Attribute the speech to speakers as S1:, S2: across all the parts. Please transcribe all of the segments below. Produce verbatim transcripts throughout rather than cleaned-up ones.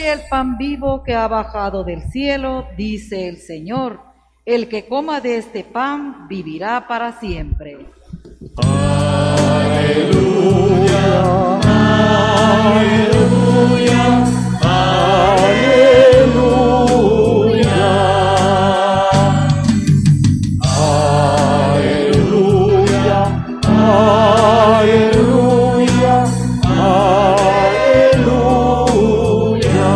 S1: el pan vivo que ha bajado del cielo, dice el Señor. El que coma de este pan vivirá para siempre.
S2: Aleluya, aleluya, aleluya, aleluya, aleluya.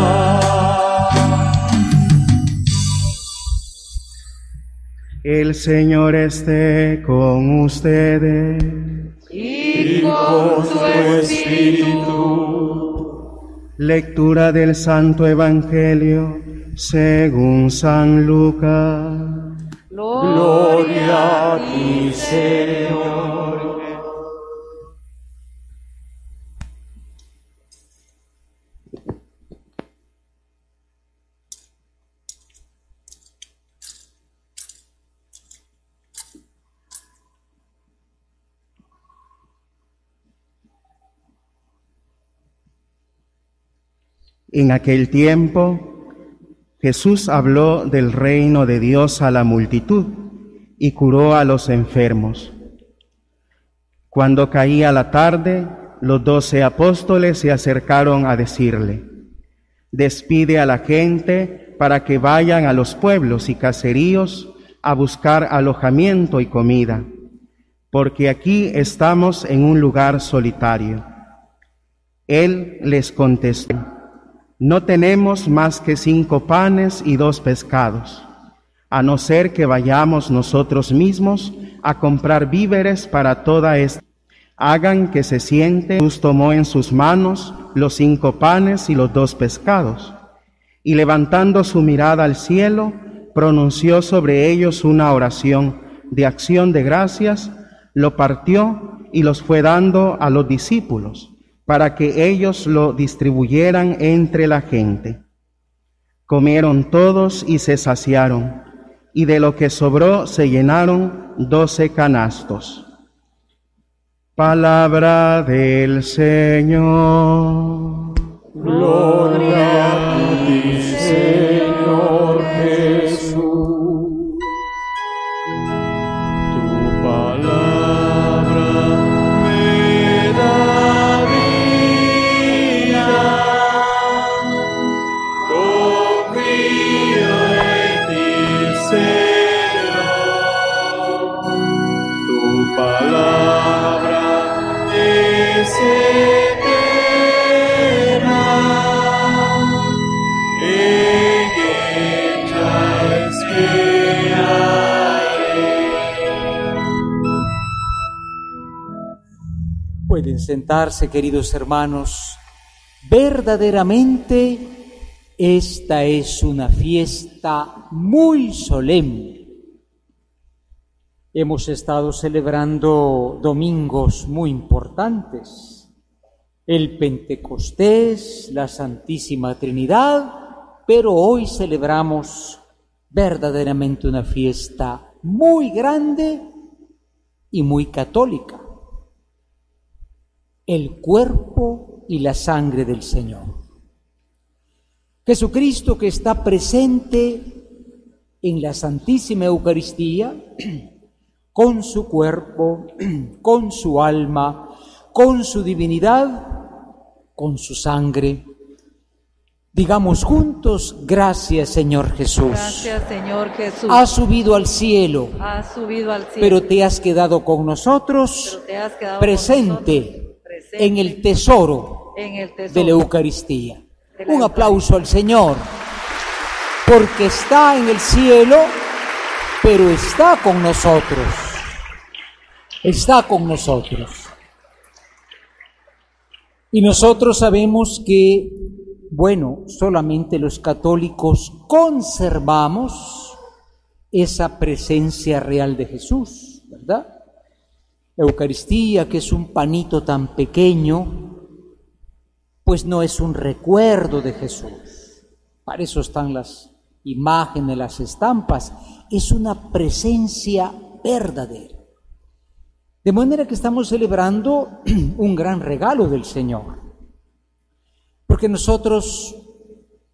S3: El Señor esté con ustedes.
S1: Y con su espíritu.
S3: Lectura del Santo Evangelio según San Lucas.
S2: Gloria a ti, Señor.
S3: En aquel tiempo, Jesús habló del reino de Dios a la multitud y curó a los enfermos. Cuando caía la tarde, los doce apóstoles se acercaron a decirle: despide a la gente para que vayan a los pueblos y caseríos a buscar alojamiento y comida, porque aquí estamos en un lugar solitario. Él les contestó: no tenemos más que cinco panes y dos pescados, a no ser que vayamos nosotros mismos a comprar víveres para toda esta. Hagan que se sienten. Jesús tomó en sus manos los cinco panes y los dos pescados, y levantando su mirada al cielo, pronunció sobre ellos una oración de acción de gracias, lo partió y los fue dando a los discípulos, para que ellos lo distribuyeran entre la gente. Comieron todos y se saciaron, y de lo que sobró se llenaron doce canastos. Palabra del Señor.
S2: Gloria a ti, Señor Jesús. Tu palabra me da vida. Confío en ti, Señor. Tu palabra es eterna. En ella esperaré.
S4: Pueden sentarse, queridos hermanos. Verdaderamente, esta es una fiesta muy solemne. Hemos estado celebrando domingos muy importantes: el Pentecostés, la Santísima Trinidad, pero hoy celebramos verdaderamente una fiesta muy grande y muy católica: el cuerpo y la sangre del Señor. Jesucristo, que está presente en la Santísima Eucaristía, con su cuerpo, con su alma, con su divinidad, con su sangre. Digamos juntos: gracias, Señor Jesús.
S1: Gracias, Señor Jesús.
S4: Has subido al cielo,
S1: Has subido al cielo,
S4: pero te has quedado con nosotros,
S1: pero te has quedado
S4: presente,
S1: con nosotros, presente
S4: en el tesoro
S1: en el tesoro
S4: de la Eucaristía.
S1: de la
S4: Un
S1: Eucaristía.
S4: aplauso al Señor, porque está en el cielo, pero está con nosotros. Está con nosotros. Y nosotros sabemos que, bueno, solamente los católicos conservamos esa presencia real de Jesús, ¿verdad? Eucaristía, que es un panito tan pequeño, pues no es un recuerdo de Jesús. Para eso están las imágenes, las estampas. Es una presencia verdadera. De manera que estamos celebrando un gran regalo del Señor. Porque nosotros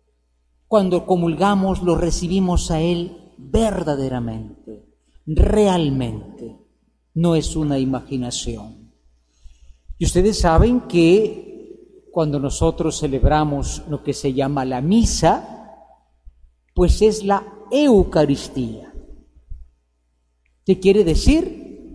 S4: Cuando comulgamos lo recibimos a Él verdaderamente, realmente, no es una imaginación. Y ustedes saben que cuando nosotros celebramos lo que se llama la misa, pues es la Eucaristía. ¿Qué quiere decir?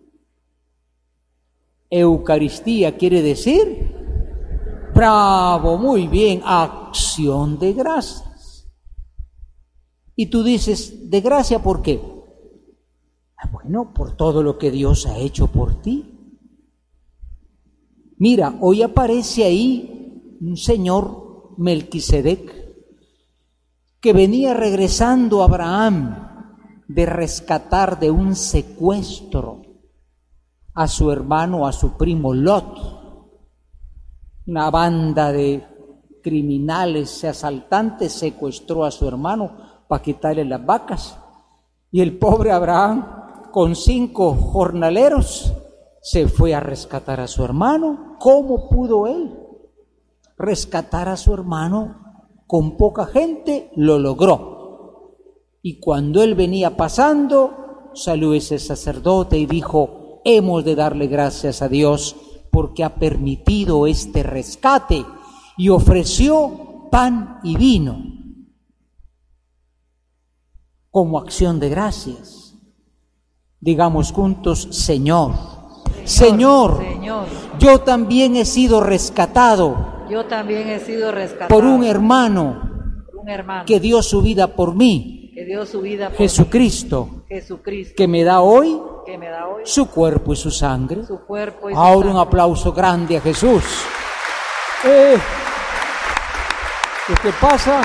S4: Eucaristía quiere decir, bravo, muy bien, acción de gracias. Y tú dices, ¿de gracia por qué? Ah, bueno, por todo lo que Dios ha hecho por ti. Mira, hoy aparece ahí un señor Melquisedec que venía regresando a Abraham de rescatar de un secuestro a su hermano, a su primo Lot. Una banda de criminales, asaltantes, secuestró a su hermano para quitarle las vacas. Y el pobre Abraham, con cinco jornaleros, se fue a rescatar a su hermano. ¿Cómo pudo él rescatar a su hermano? Con poca gente lo logró. Y cuando él venía pasando, salió ese sacerdote y dijo, hemos de darle gracias a Dios porque ha permitido este rescate, y ofreció pan y vino como acción de gracias. Digamos juntos, Señor, Señor,
S1: Señor,
S4: yo también he sido rescatado
S1: yo también he sido rescatado
S4: por un hermano
S1: por un hermano
S4: que dio su vida por mí,
S1: que dio su vida por
S4: Jesucristo,
S1: mí, Jesucristo,
S4: que me da hoy
S1: que me da hoy
S4: su cuerpo y su sangre.
S1: su cuerpo y su
S4: Ahora un
S1: sangre.
S4: aplauso grande a Jesús. Eh, lo que pasa,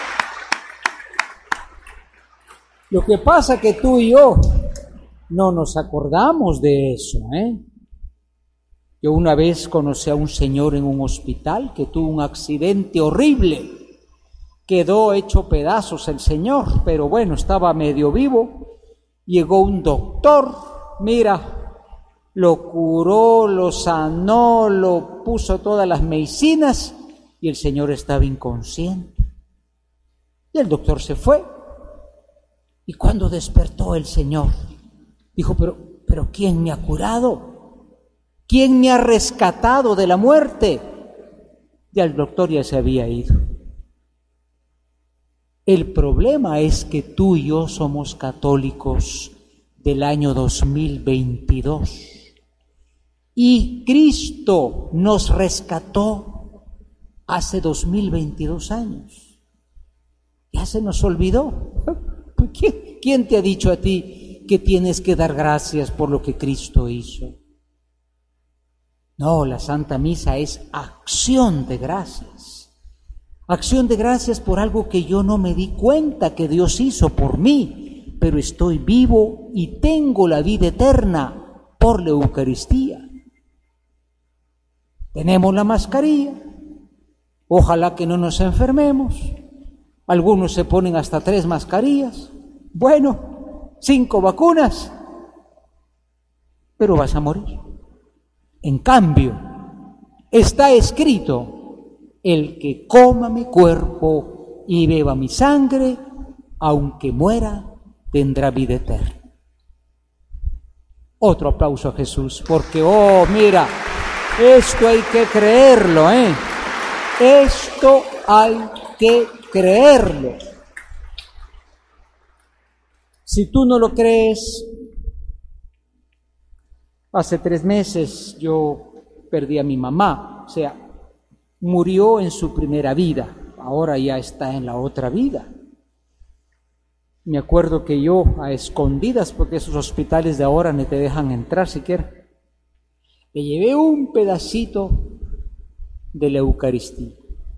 S4: lo que pasa que tú y yo no nos acordamos de eso, ¿eh? Yo una vez conocí a un señor en un hospital que tuvo un accidente horrible. Quedó hecho pedazos el señor, pero bueno, estaba medio vivo. Llegó un doctor, mira, lo curó, lo sanó, lo puso todas las medicinas y el señor estaba inconsciente. Y el doctor se fue. Y cuando despertó el señor, dijo, pero, pero ¿quién me ha curado? ¿Quién me ha rescatado de la muerte? Y el doctor ya se había ido. El problema es que tú y yo somos católicos del año dos mil veintidós y Cristo nos rescató hace dos mil veintidós años. Ya se nos olvidó. ¿Quién, quién te ha dicho a ti que tienes que dar gracias por lo que Cristo hizo? No, la Santa Misa es acción de gracias. Acción de gracias por algo que yo no me di cuenta que Dios hizo por mí, pero estoy vivo y tengo la vida eterna por la Eucaristía. Tenemos la mascarilla, ojalá que no nos enfermemos. Algunos se ponen hasta tres mascarillas. Bueno, cinco vacunas, pero vas a morir. En cambio, está escrito, el que coma mi cuerpo y beba mi sangre, aunque muera, tendrá vida eterna. Otro aplauso a Jesús, porque, oh, mira, esto hay que creerlo, ¿eh? Esto hay que creerlo. Si tú no lo crees, hace tres meses yo perdí a mi mamá, o sea, murió en su primera vida, ahora ya está en la otra vida. Me acuerdo que yo, a escondidas, porque esos hospitales de ahora ni te dejan entrar siquiera, le llevé un pedacito de la Eucaristía.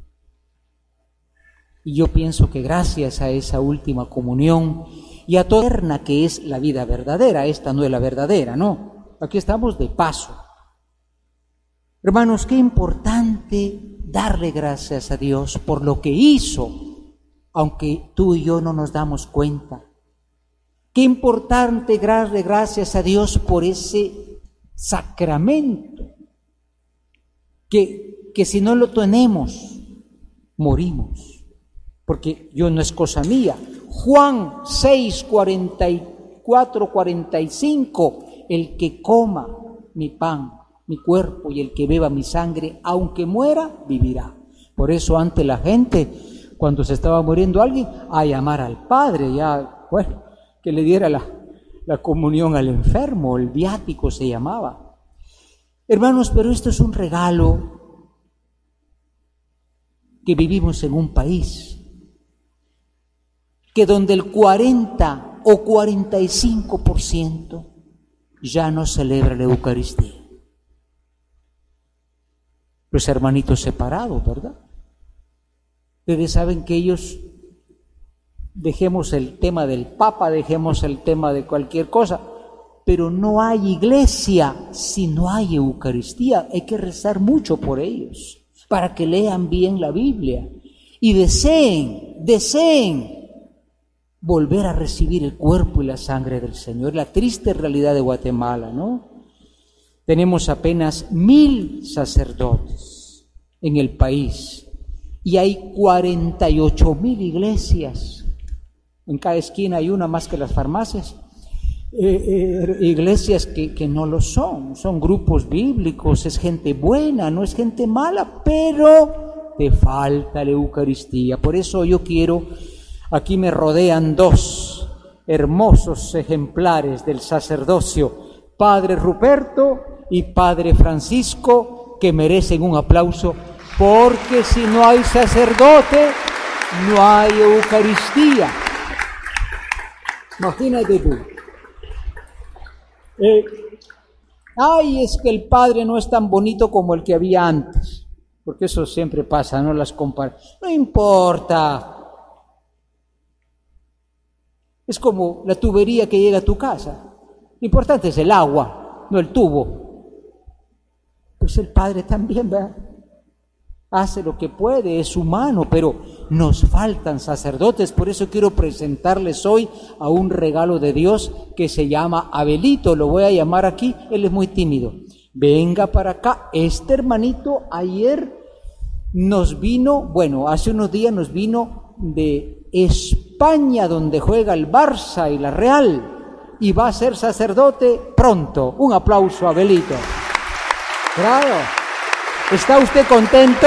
S4: Y yo pienso que gracias a esa última comunión y a toda eterna que es la vida verdadera, esta no es la verdadera, no, aquí estamos de paso. Hermanos, qué importante darle gracias a Dios por lo que hizo, aunque tú y yo no nos damos cuenta. Qué importante darle gracias a Dios por ese sacramento, que, que si no lo tenemos, morimos. porque yo no es cosa mía. Juan seis, cuarenta y cuatro, cuarenta y cinco, el que coma mi pan, mi cuerpo, y el que beba mi sangre, aunque muera, vivirá. Por eso ante la gente, cuando se estaba muriendo alguien, a llamar al Padre, ya, bueno, que le diera la, la comunión al enfermo, el viático se llamaba. Hermanos, pero esto es un regalo que vivimos en un país que donde el cuarenta o cuarenta y cinco por ciento ya no celebra la Eucaristía. Los hermanitos separados, ¿verdad? Ustedes saben que ellos, dejemos el tema del Papa, dejemos el tema de cualquier cosa, pero no hay iglesia si no hay Eucaristía. Hay que rezar mucho por ellos, para que lean bien la Biblia y deseen, deseen volver a recibir el cuerpo y la sangre del Señor. La triste realidad de Guatemala, ¿no? Tenemos apenas mil sacerdotes en el país y hay cuarenta y ocho mil iglesias. En cada esquina hay una más que las farmacias. Eh, eh, iglesias que, que no lo son, son grupos bíblicos, es gente buena, no es gente mala, pero te falta la Eucaristía. Por eso yo quiero, aquí me rodean dos hermosos ejemplares del sacerdocio, Padre Ruperto y Padre Francisco, que merecen un aplauso, porque si no hay sacerdote, no hay Eucaristía. Imagínate tú. Eh, ay, es que el Padre no es tan bonito como el que había antes, porque eso siempre pasa, no las compara. No importa. Es como la tubería que llega a tu casa. Lo importante es el agua, no el tubo. Pues el Padre también, ¿verdad? Hace lo que puede, es humano, pero nos faltan sacerdotes. Por eso quiero presentarles hoy a un regalo de Dios que se llama Abelito. Lo voy a llamar aquí, él es muy tímido. Venga para acá. Este hermanito ayer nos vino, bueno, hace unos días nos vino de España, donde juega el Barça y la Real, y va a ser sacerdote pronto. Un aplauso a Abelito. Claro. ¿Está usted contento?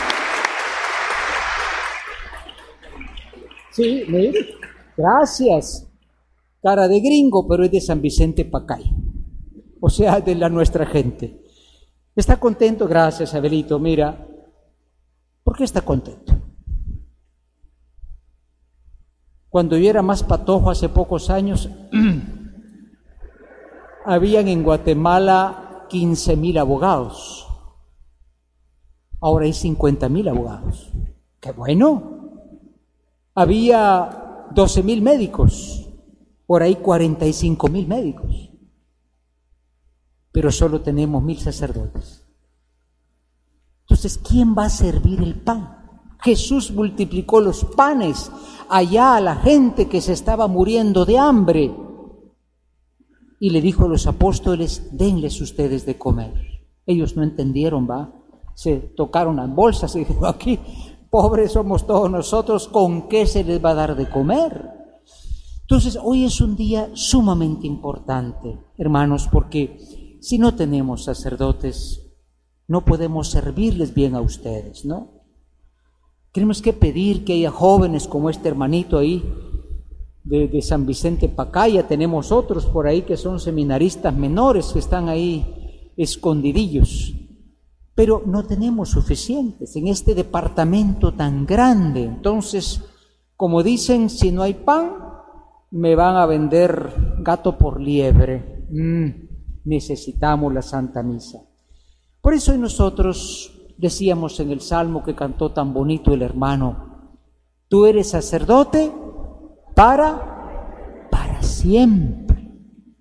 S4: Sí, mire, gracias. Cara de gringo, pero es de San Vicente Pacay, o sea, de la nuestra gente. ¿Está contento? Gracias, Abelito. Mira, ¿por qué está contento? Cuando yo era más patojo hace pocos años, habían en Guatemala quince mil abogados. Ahora hay cincuenta mil abogados. ¡Qué bueno! Había doce mil médicos. Ahora hay cuarenta y cinco mil médicos. Pero solo tenemos mil sacerdotes. Entonces, ¿quién va a servir el pan? Jesús multiplicó los panes allá a la gente que se estaba muriendo de hambre. Y le dijo a los apóstoles, denles ustedes de comer. Ellos no entendieron, ¿va? Se tocaron las bolsas y dijeron, aquí, pobres somos todos nosotros, ¿con qué se les va a dar de comer? Entonces, hoy es un día sumamente importante, hermanos, porque si no tenemos sacerdotes, no podemos servirles bien a ustedes, ¿no? Tenemos que pedir que haya jóvenes como este hermanito ahí de, de San Vicente Pacaya. Tenemos otros por ahí que son seminaristas menores que están ahí escondidillos. Pero no tenemos suficientes en este departamento tan grande. Entonces, como dicen, si no hay pan, me van a vender gato por liebre. Mm, necesitamos la Santa Misa. Por eso nosotros decíamos en el Salmo que cantó tan bonito el hermano, tú eres sacerdote para, para siempre.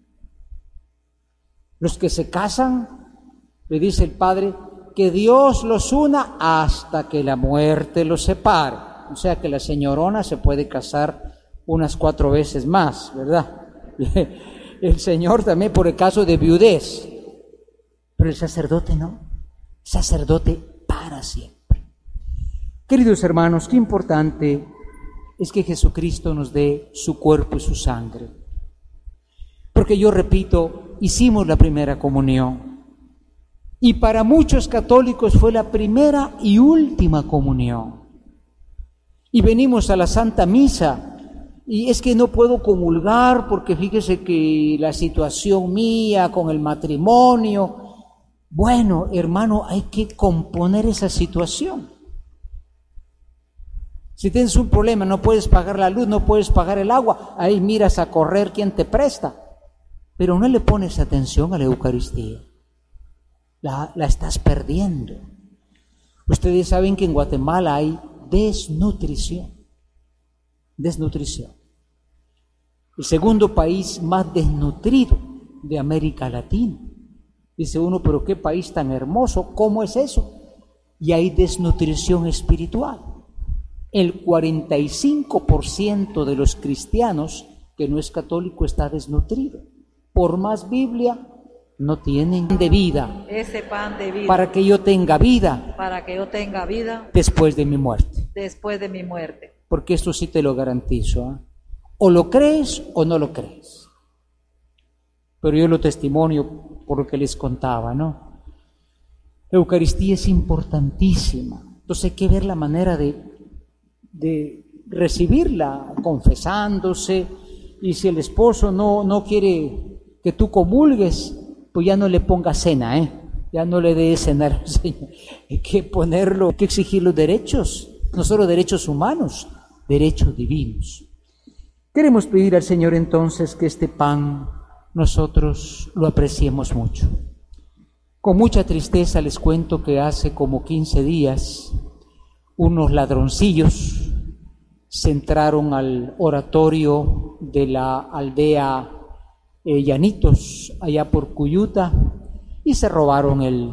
S4: Los que se casan, le dice el Padre, que Dios los una hasta que la muerte los separe. O sea que la señorona se puede casar unas cuatro veces más, ¿verdad? El Señor también por el caso de viudez. Pero el sacerdote no. Sacerdote para siempre. Queridos hermanos, qué importante es que Jesucristo nos dé su cuerpo y su sangre. Porque yo repito, hicimos la primera comunión. Y para muchos católicos fue la primera y última comunión. Y venimos a la Santa Misa, y es que no puedo comulgar porque fíjese que la situación mía con el matrimonio. Bueno, hermano, hay que componer esa situación. Si tienes un problema, no puedes pagar la luz, no puedes pagar el agua, ahí miras a correr quién te presta. Pero no le pones atención a la Eucaristía. La, la estás perdiendo. Ustedes saben que en Guatemala hay desnutrición. Desnutrición. El segundo país más desnutrido de América Latina. Dice uno, pero qué país tan hermoso, ¿cómo es eso? Y hay desnutrición espiritual. El cuarenta y cinco por ciento de los cristianos que no es católico está desnutrido. Por más Biblia, no tienen de vida.
S1: Ese pan de vida.
S4: Para que yo tenga vida.
S1: Para que yo tenga vida.
S4: Después de mi muerte.
S1: Después de mi muerte. Porque
S4: esto sí te lo garantizo. ¿eh? O lo crees o no lo crees. Pero yo lo testimonio por lo que les contaba, ¿no? La Eucaristía es importantísima. Entonces hay que ver la manera de, de recibirla confesándose. Y si el esposo no, no quiere que tú comulgues, pues ya no le pongas cena, ¿eh? Ya no le des cenar al Señor. Hay que ponerlo, hay que exigir los derechos, no solo derechos humanos, derechos divinos. Queremos pedir al Señor entonces que este pan nosotros lo apreciemos mucho. Con mucha tristeza les cuento que hace como quince días unos ladroncillos se entraron al oratorio de la aldea eh, Llanitos, allá por Cuyuta, y se robaron el,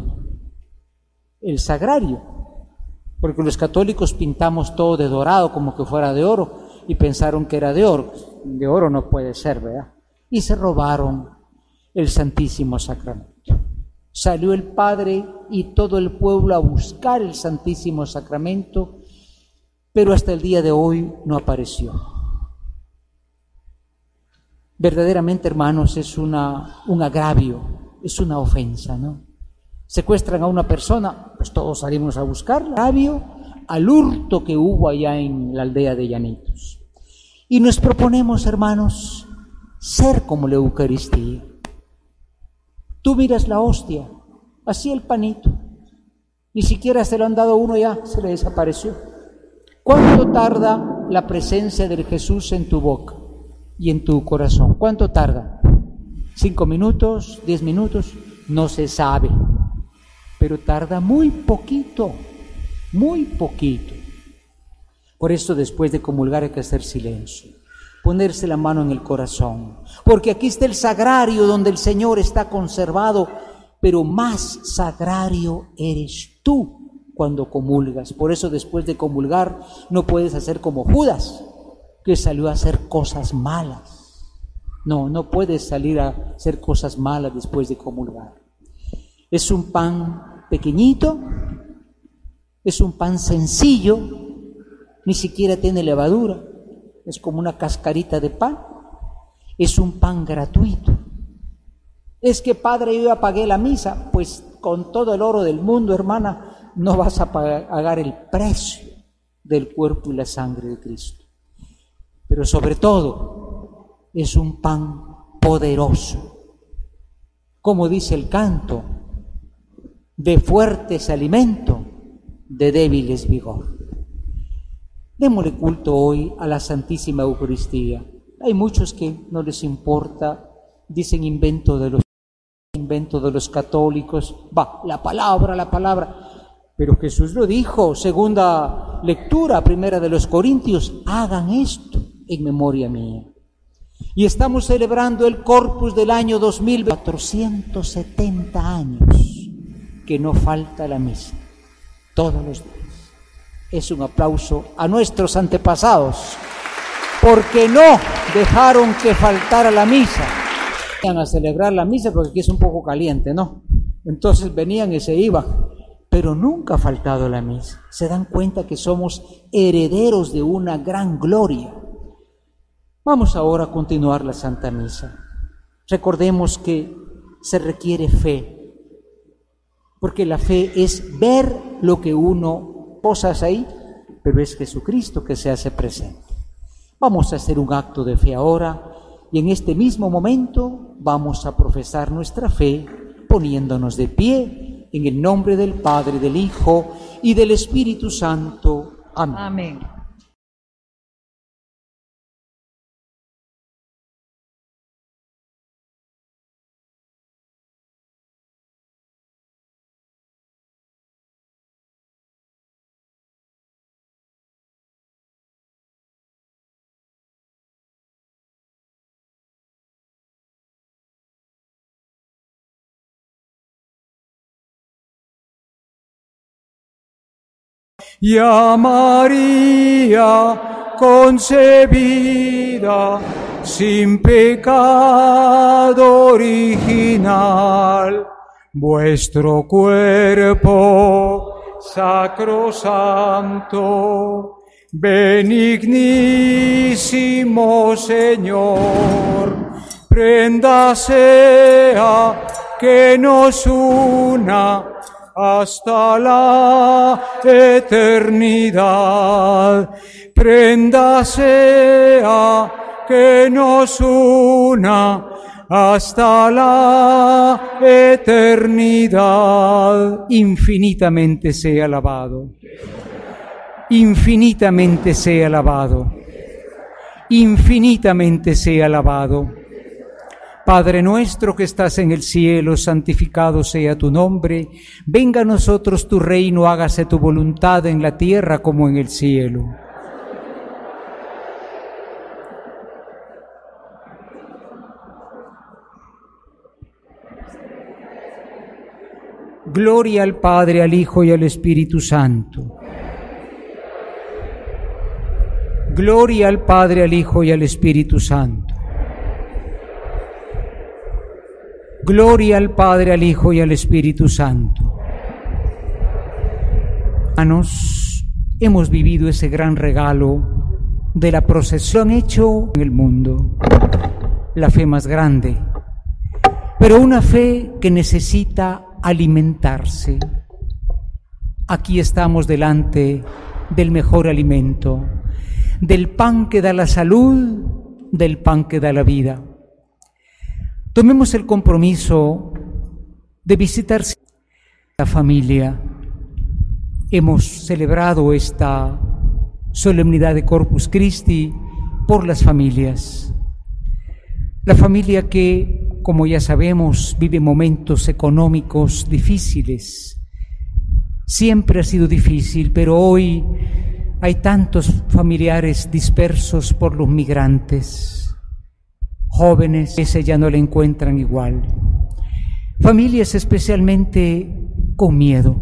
S4: el sagrario, porque los católicos pintamos todo de dorado como que fuera de oro, y pensaron que era de oro. De oro no puede ser, ¿verdad? Y se robaron el Santísimo Sacramento. Salió el Padre y todo el pueblo a buscar el Santísimo Sacramento, pero hasta el día de hoy no apareció. Verdaderamente, hermanos, es una, un agravio, es una ofensa, ¿no? Secuestran a una persona, pues todos salimos a buscarla. Agravio al hurto que hubo allá en la aldea de Llanitos. Y nos proponemos, hermanos, ser como la Eucaristía. Tú miras la hostia, así el panito, ni siquiera se lo han dado uno, ya se le desapareció. ¿Cuánto tarda la presencia del Jesús en tu boca y en tu corazón? ¿Cuánto tarda? ¿Cinco minutos? ¿Diez minutos? No se sabe, pero tarda muy poquito, muy poquito. Por eso después de comulgar hay que hacer silencio, ponerse la mano en el corazón, porque aquí está el sagrario donde el Señor está conservado, pero más sagrario eres tú cuando comulgas. Por eso después de comulgar no puedes hacer como Judas, que salió a hacer cosas malas. No, no puedes salir a hacer cosas malas después de comulgar. Es un pan pequeñito, es un pan sencillo, ni siquiera tiene levadura, es como una cascarita de pan, es un pan gratuito. Es que, Padre, yo ya pagué la misa, pues con todo el oro del mundo, hermana, no vas a pagar el precio del cuerpo y la sangre de Cristo. Pero sobre todo, es un pan poderoso. Como dice el canto, de fuertes alimento, de débiles vigor. Démosle culto hoy a la Santísima Eucaristía. Hay muchos que no les importa, dicen invento de los invento de los católicos, va, la palabra, la palabra. Pero Jesús lo dijo, segunda lectura, primera de los Corintios, hagan esto en memoria mía. Y estamos celebrando el Corpus del año dos mil, cuatrocientos setenta años, que no falta la misa, todos los días. Es un aplauso a nuestros antepasados, porque no dejaron que faltara la misa. Venían a celebrar la misa porque aquí es un poco caliente, ¿no? Entonces venían y se iban. pero nunca ha faltado la misa. Se dan cuenta que somos herederos de una gran gloria. Vamos ahora a continuar la Santa Misa. Recordemos que se requiere fe, porque la fe es ver lo que uno posas ahí, pero es Jesucristo que se hace presente. Vamos a hacer un acto de fe ahora, y en este mismo momento vamos a profesar nuestra fe poniéndonos de pie en el nombre del Padre, del Hijo y del Espíritu Santo. Amén.
S1: Amén.
S5: Y a María concebida sin pecado original, vuestro cuerpo sacrosanto, benignísimo Señor, prenda sea que nos una hasta la eternidad. Prenda sea que nos una hasta la eternidad.
S4: Infinitamente sea alabado. Infinitamente sea alabado. Infinitamente sea alabado. Padre nuestro que estás en el cielo, santificado sea tu nombre. Venga a nosotros tu reino, hágase tu voluntad en la tierra como en el cielo. Gloria al Padre, al Hijo y al Espíritu Santo. Gloria al Padre, al Hijo y al Espíritu Santo. Gloria al Padre, al Hijo y al Espíritu Santo. Hermanos, hemos vivido ese gran regalo de la procesión hecho en el mundo, la fe más grande, pero una fe que necesita alimentarse. Aquí estamos delante del mejor alimento, del pan que da la salud, del pan que da la vida. Tomemos el compromiso de visitar la familia. Hemos celebrado esta solemnidad de Corpus Christi por las familias. La familia que, como ya sabemos, vive momentos económicos difíciles. Siempre ha sido difícil, pero hoy hay tantos familiares dispersos por los migrantes. Jóvenes, ese ya no le encuentran igual. Familias especialmente con miedo.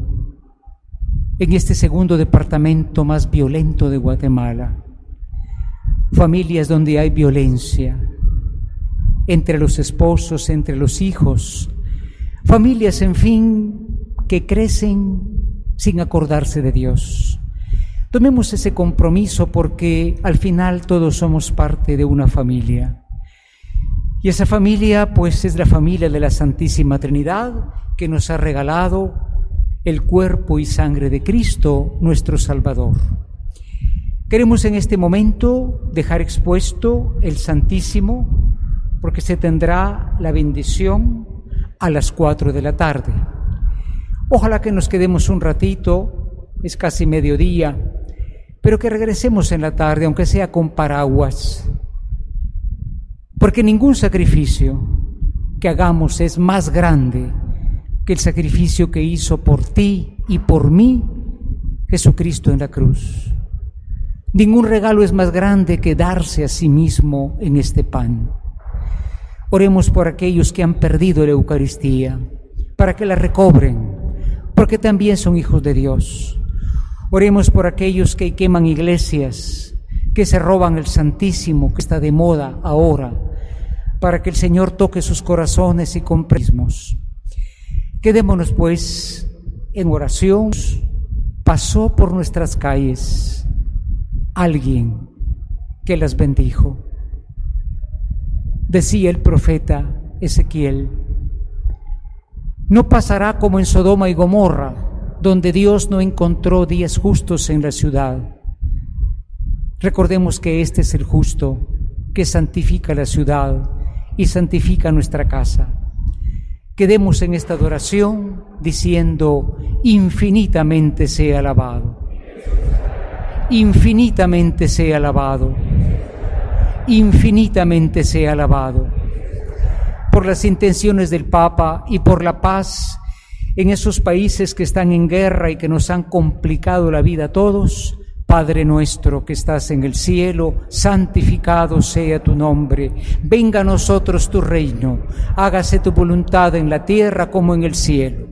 S4: En este segundo departamento más violento de Guatemala. Familias donde hay violencia entre los esposos, entre los hijos. Familias, en fin, que crecen sin acordarse de Dios. Tomemos ese compromiso porque al final todos somos parte de una familia. Y esa familia, pues, es la familia de la Santísima Trinidad, que nos ha regalado el cuerpo y sangre de Cristo, nuestro Salvador. Queremos en este momento dejar expuesto el Santísimo, porque se tendrá la bendición a las cuatro de la tarde. Ojalá que nos quedemos un ratito, es casi mediodía, pero que regresemos en la tarde, aunque sea con paraguas. Porque ningún sacrificio que hagamos es más grande que el sacrificio que hizo por ti y por mí Jesucristo en la cruz. Ningún regalo es más grande que darse a sí mismo en este pan. Oremos por aquellos que han perdido la Eucaristía, para que la recobren, porque también son hijos de Dios. Oremos por aquellos que queman iglesias, que se roban el Santísimo, que está de moda ahora, para que el Señor toque sus corazones y comprismos. Quedémonos, pues, en oración, pasó por nuestras calles alguien que las bendijo. Decía el profeta Ezequiel: no pasará como en Sodoma y Gomorra, donde Dios no encontró días justos en la ciudad. Recordemos que este es el justo, que santifica la ciudad y santifica nuestra casa. Quedemos en esta adoración diciendo: infinitamente sea alabado, infinitamente sea alabado, infinitamente sea alabado. Por las intenciones del Papa y por la paz en esos países que están en guerra y que nos han complicado la vida a todos, Padre nuestro que estás en el cielo, santificado sea tu nombre. Venga a nosotros tu reino. Hágase tu voluntad en la tierra como en el cielo.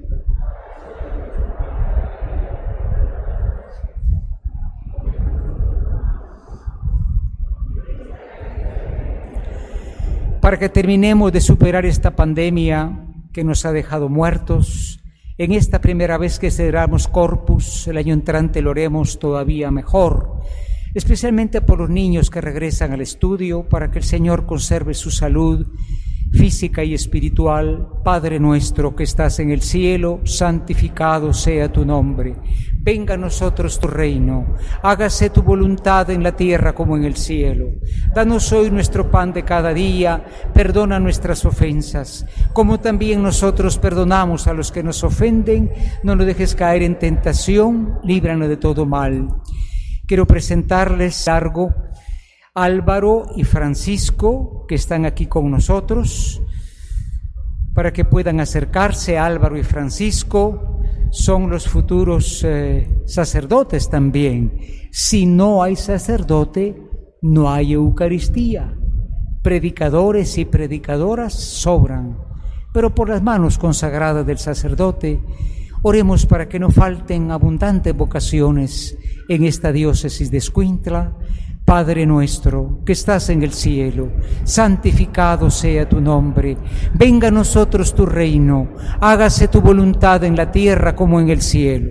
S4: Para que terminemos de superar esta pandemia que nos ha dejado muertos, en esta primera vez que celebramos Corpus, el año entrante lo haremos todavía mejor, especialmente por los niños que regresan al estudio, para que el Señor conserve su salud física y espiritual. Padre nuestro que estás en el cielo, santificado sea tu nombre. Venga a nosotros tu reino, hágase tu voluntad en la tierra como en el cielo. Danos hoy nuestro pan de cada día, perdona nuestras ofensas, como también nosotros perdonamos a los que nos ofenden. No nos dejes caer en tentación, líbranos de todo mal. Quiero presentarles largo Álvaro y Francisco, que están aquí con nosotros, para que puedan acercarse. Álvaro y Francisco son los futuros eh, sacerdotes también. Si no hay sacerdote, no hay Eucaristía. Predicadores y predicadoras sobran, pero por las manos consagradas del sacerdote, oremos para que no falten abundantes vocaciones en esta diócesis de Escuintla. Padre nuestro que estás en el cielo, santificado sea tu nombre. Venga a nosotros tu reino, hágase tu voluntad en la tierra como en el cielo.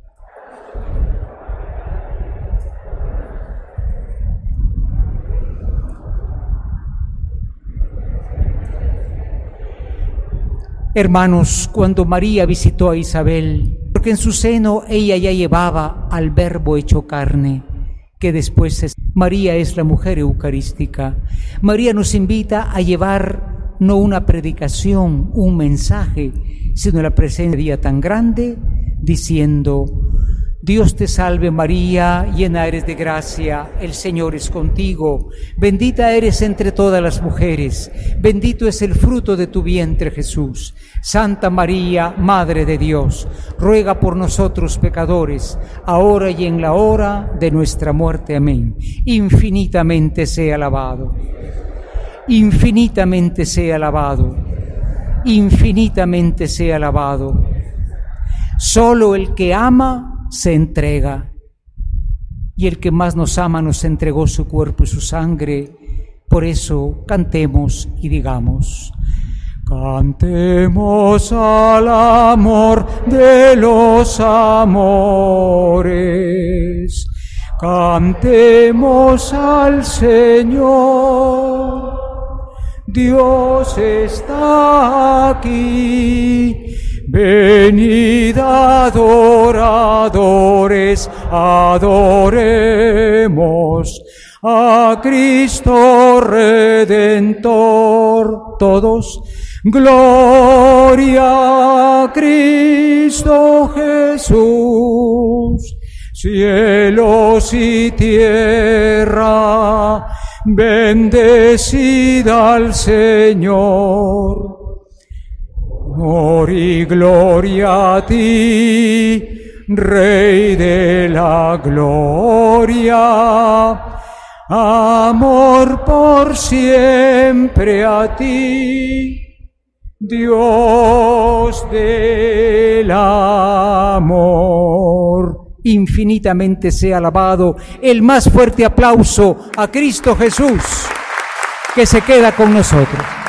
S4: Hermanos, cuando María visitó a Isabel, porque en su seno ella ya llevaba al Verbo hecho carne, que después es María es la mujer eucarística. María nos invita a llevar no una predicación, un mensaje, sino la presencia de día tan grande, diciendo: Dios te salve María, llena eres de gracia, el Señor es contigo, bendita eres entre todas las mujeres, bendito es el fruto de tu vientre Jesús. Santa María, Madre de Dios, ruega por nosotros pecadores, ahora y en la hora de nuestra muerte. Amén. Infinitamente sea alabado, infinitamente sea alabado, infinitamente sea alabado. Solo el que ama se entrega, y el que más nos ama nos entregó su cuerpo y su sangre. Por eso cantemos y digamos: cantemos al amor de los amores, cantemos al Señor. Dios está aquí. Venid adoradores, adoremos a Cristo Redentor. Todos, gloria a Cristo Jesús. Cielos y tierra, bendecid al Señor. Honor y gloria a ti, Rey de la gloria, amor por siempre a ti, Dios del amor. Infinitamente sea alabado. El más fuerte aplauso a Cristo Jesús, que se queda con nosotros.